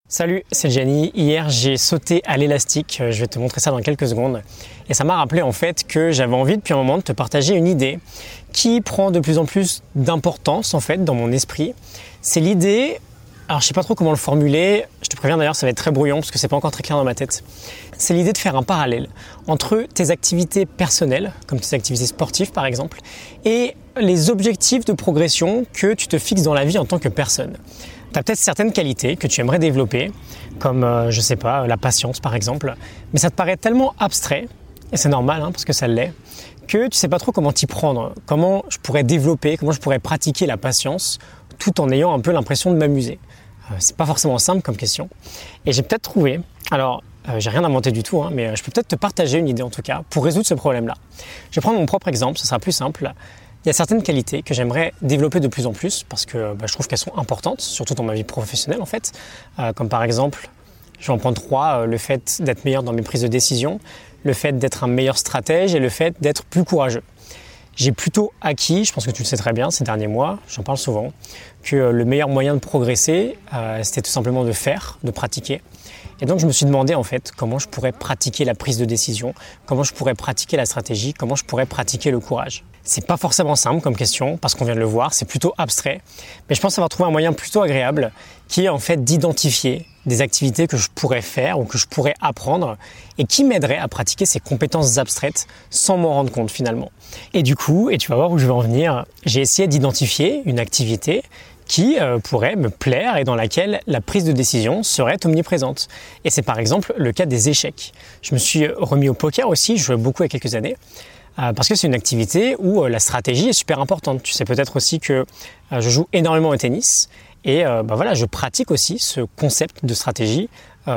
Salut, c'est Gianni. Hier, j'ai sauté à l'élastique. Je vais te montrer ça dans quelques secondes. Et ça m'a rappelé en fait que j'avais envie depuis un moment de te partager une idée qui prend de plus en plus d'importance en fait dans mon esprit. C'est l'idée, alors je sais pas trop comment le formuler, je te préviens d'ailleurs ça va être très brouillon parce que c'est pas encore très clair dans ma tête. C'est l'idée de faire un parallèle entre tes activités personnelles, comme tes activités sportives par exemple, et les objectifs de progression que tu te fixes dans la vie en tant que personne. Tu as peut-être certaines qualités que tu aimerais développer, comme, je sais pas, la patience par exemple, mais ça te paraît tellement abstrait, et c'est normal parce que ça l'est, que tu sais pas trop comment t'y prendre, comment je pourrais développer, comment je pourrais pratiquer la patience tout en ayant un peu l'impression de m'amuser. C'est pas forcément simple comme question. Et j'ai peut-être trouvé, alors j'ai rien inventé du tout, mais je peux peut-être te partager une idée en tout cas pour résoudre ce problème-là. Je vais prendre mon propre exemple, ce sera plus simple. Il y a certaines qualités que j'aimerais développer de plus en plus parce que je trouve qu'elles sont importantes, surtout dans ma vie professionnelle en fait. Comme par exemple, je vais en prendre 3, le fait d'être meilleur dans mes prises de décision, le fait d'être un meilleur stratège et le fait d'être plus courageux. J'ai plutôt acquis, je pense que tu le sais très bien ces derniers mois, j'en parle souvent, que le meilleur moyen de progresser, c'était tout simplement de faire, de pratiquer. Et donc je me suis demandé en fait comment je pourrais pratiquer la prise de décision, comment je pourrais pratiquer la stratégie, comment je pourrais pratiquer le courage. C'est pas forcément simple comme question parce qu'on vient de le voir, c'est plutôt abstrait, mais je pense avoir trouvé un moyen plutôt agréable qui est en fait d'identifier des activités que je pourrais faire ou que je pourrais apprendre et qui m'aideraient à pratiquer ces compétences abstraites sans m'en rendre compte finalement. Et du coup, et tu vas voir où je vais en venir, j'ai essayé d'identifier une activité qui pourrait me plaire et dans laquelle la prise de décision serait omniprésente. Et c'est par exemple le cas des échecs. Je me suis remis au poker aussi, je jouais beaucoup il y a quelques années, parce que c'est une activité où la stratégie est super importante. Tu sais peut-être aussi que je joue énormément au tennis et je pratique aussi ce concept de stratégie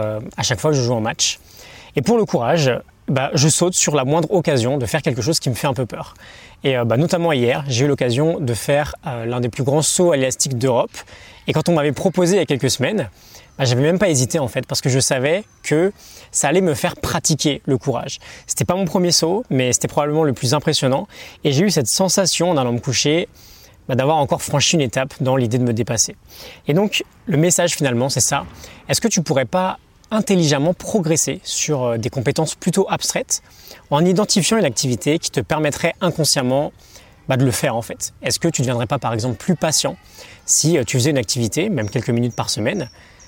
à chaque fois que je joue en match. Et pour le courage, je saute sur la moindre occasion de faire quelque chose qui me fait un peu peur. Et notamment hier, j'ai eu l'occasion de faire l'un des plus grands sauts à l'élastique d'Europe. Et quand on m'avait proposé il y a quelques semaines, j'avais même pas hésité en fait, parce que je savais que ça allait me faire pratiquer le courage. C'était pas mon premier saut, mais c'était probablement le plus impressionnant. Et j'ai eu cette sensation en allant me coucher d'avoir encore franchi une étape dans l'idée de me dépasser. Et donc, le message finalement, c'est ça. Est-ce que tu pourrais pas intelligemment progresser sur des compétences plutôt abstraites en identifiant une activité qui te permettrait inconsciemment de le faire en fait. Est-ce que tu ne deviendrais pas par exemple plus patient si tu faisais une activité, même quelques minutes par semaine,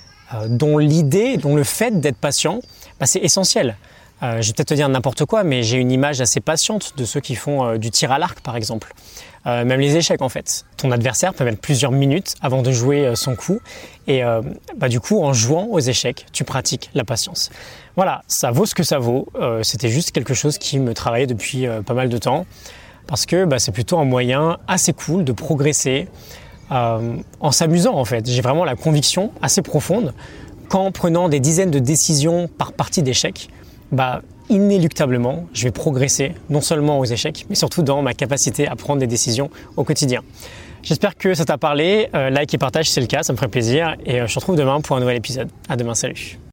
dont le fait d'être patient, c'est essentiel. Je vais peut-être te dire n'importe quoi, mais j'ai une image assez patiente de ceux qui font du tir à l'arc par exemple. Même les échecs en fait. Ton adversaire peut mettre plusieurs minutes avant de jouer son coup et du coup en jouant aux échecs, tu pratiques la patience. Voilà, ça vaut ce que ça vaut. C'était juste quelque chose qui me travaillait depuis pas mal de temps parce que c'est plutôt un moyen assez cool de progresser en s'amusant en fait. J'ai vraiment la conviction assez profonde qu'en prenant des dizaines de décisions par partie d'échecs, inéluctablement, je vais progresser non seulement aux échecs, mais surtout dans ma capacité à prendre des décisions au quotidien. J'espère que ça t'a parlé. Like et partage si c'est le cas, ça me ferait plaisir. Et je te retrouve demain pour un nouvel épisode. À demain, salut.